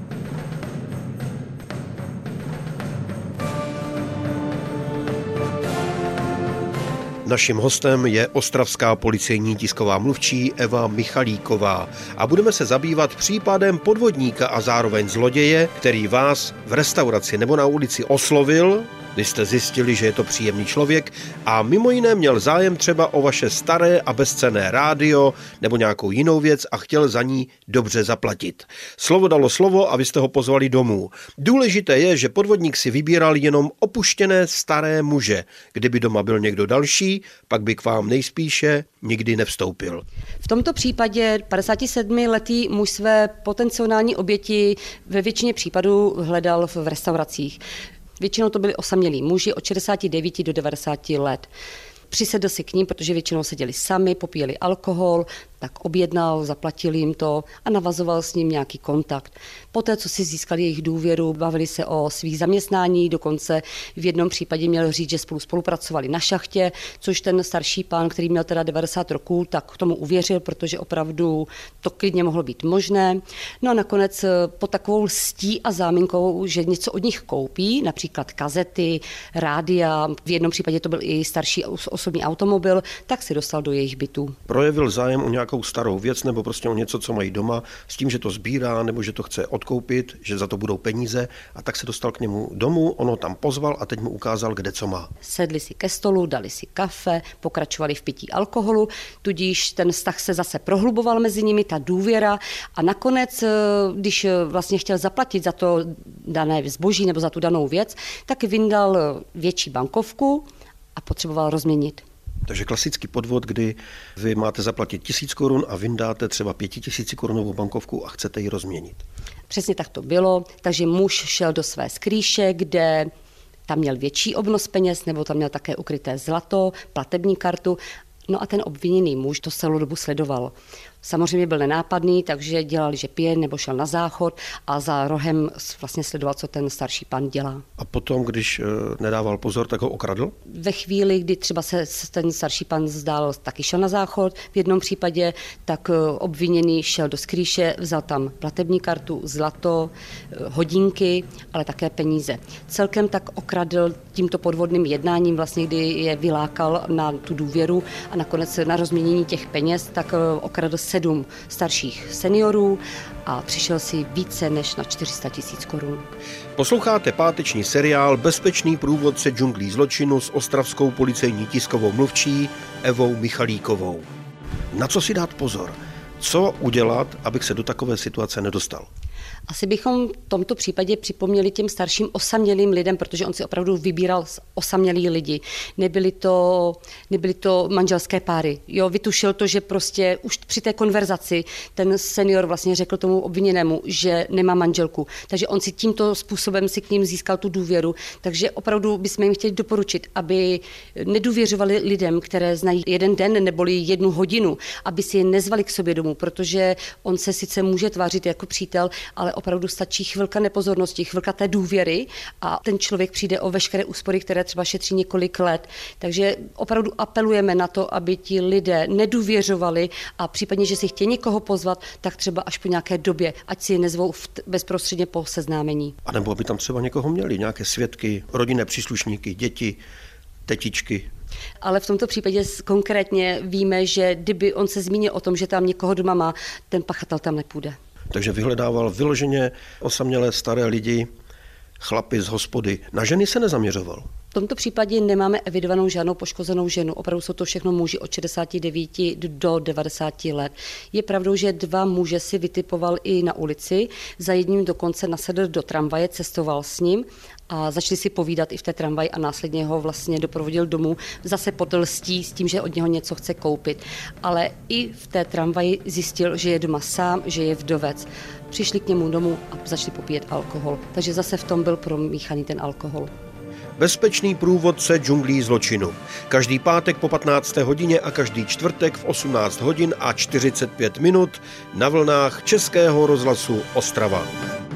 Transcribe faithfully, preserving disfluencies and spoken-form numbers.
Naším hostem je ostravská policejní tisková mluvčí Eva Michalíková a budeme se zabývat případem podvodníka a zároveň zloděje, který vás v restauraci nebo na ulici oslovil, když jste zjistili, že je to příjemný člověk a mimo jiné měl zájem třeba o vaše staré a bezcenné rádio nebo nějakou jinou věc a chtěl za ní dobře zaplatit. Slovo dalo slovo a vy jste ho pozvali domů. Důležité je, že podvodník si vybíral jenom opuštěné staré muže. Kdyby doma byl někdo další, pak by k vám nejspíše nikdy nevstoupil. V tomto případě padesátisedmiletý muž své potenciální oběti ve většině případů hledal v restauracích. Většinou to byli osamělí muži od šedesáti devíti do devadesáti let. Přisedl si k ním, protože většinou seděli sami, popíjeli alkohol, tak objednal, zaplatil jim to a navazoval s ním nějaký kontakt. Poté, co si získali jejich důvěru, bavili se o svých zaměstnání, dokonce v jednom případě měl říct, že spolu spolupracovali na šachtě, což ten starší pán, který měl teda devadesát roků, tak k tomu uvěřil, protože opravdu to klidně mohlo být možné. No a nakonec po takovou lstí a záminkou, že něco od nich koupí, například kazety, rádia, v jednom případě to byl i starší osobní automobil, tak si dostal do jejich bytů. Projevil zájem o nějakou starou věc nebo prostě o něco, co mají doma, s tím, že to sbírá nebo že to chce odkoupit, že za to budou peníze, a tak se dostal k němu domů, on ho tam pozval a teď mu ukázal, kde co má. Sedli si ke stolu, dali si kafe, pokračovali v pití alkoholu, tudíž ten vztah se zase prohluboval mezi nimi, ta důvěra, a nakonec, když vlastně chtěl zaplatit za to dané zboží nebo za tu danou věc, tak vyndal větší bankovku a potřeboval rozměnit. Takže klasický podvod, kdy vy máte zaplatit tisíc korun a vyndáte třeba pětitisíci korunovou bankovku a chcete ji rozměnit. Přesně tak to bylo, takže muž šel do své skrýše, kde tam měl větší obnos peněz, nebo tam měl také ukryté zlato, platební kartu. No a ten obviněný muž to celou dobu sledoval. Samozřejmě byl nenápadný, takže dělal, že pije nebo šel na záchod a za rohem vlastně sledoval, co ten starší pán dělá. A potom, když nedával pozor, tak ho okradl? Ve chvíli, kdy třeba se ten starší pán zdál, taky šel na záchod. V jednom případě tak obviněný šel do skrýše, vzal tam platební kartu, zlato, hodinky, ale také peníze. Celkem tak okradl tímto podvodným jednáním, vlastně, kdy je vylákal na tu důvěru a nakonec na rozměnění těch peněz, tak okradl sedm starších seniorů a přišel si více než na čtyři sta tisíc korun. Posloucháte páteční seriál Bezpečný průvodce džunglí zločinu s ostravskou policejní tiskovou mluvčí Evou Michalíkovou. Na co si dát pozor? Co udělat, abych se do takové situace nedostal? Asi bychom v tomto případě připomněli těm starším osamělým lidem, protože on si opravdu vybíral osamělí lidi. Nebyly to, nebyly to manželské páry. Jo, vytušil to, že prostě už při té konverzaci ten senior vlastně řekl tomu obviněnému, že nemá manželku. Takže on si tímto způsobem si k ním získal tu důvěru. Takže opravdu bychom jim chtěli doporučit, aby nedůvěřovali lidem, které znají jeden den neboli jednu hodinu, aby si je nezvali k sobě domů, protože on se sice může tvářit jako přítel, ale opravdu stačí chvilka nepozornosti, chvilka té důvěry a ten člověk přijde o veškeré úspory, které třeba šetří několik let. Takže opravdu apelujeme na to, aby ti lidé nedůvěřovali a případně, že si chtějí někoho pozvat, tak třeba až po nějaké době, ať si je nezvou bezprostředně po seznámení. A nebo aby tam třeba někoho měli, nějaké svědky, rodinné příslušníky, děti, tetičky. Ale v tomto případě konkrétně víme, že kdyby on se zmínil o tom, že tam někoho doma má, ten pachatel tam nepůjde. Takže vyhledával vyloženě osamělé staré lidi, chlapy z hospody. Na ženy se nezaměřoval. V tomto případě nemáme evidovanou žádnou poškozenou ženu. Opravdu jsou to všechno muži od šedesáti devíti do devadesáti let. Je pravdou, že dva muže si vytipoval i na ulici. Za jedním dokonce nasedl do tramvaje, cestoval s ním a začali si povídat i v té tramvaji a následně ho vlastně doprovodil domů zase pod lstí s tím, že od něho něco chce koupit. Ale i v té tramvaji zjistil, že je doma sám, že je vdovec. Přišli k němu domů a začali popíjet alkohol. Takže zase v tom byl promíchaný ten alkohol. Bezpečný průvodce džunglí zločinu. Každý pátek po patnácté hodině a každý čtvrtek v osmnáct hodin a čtyřicet pět minut na vlnách Českého rozhlasu Ostrava.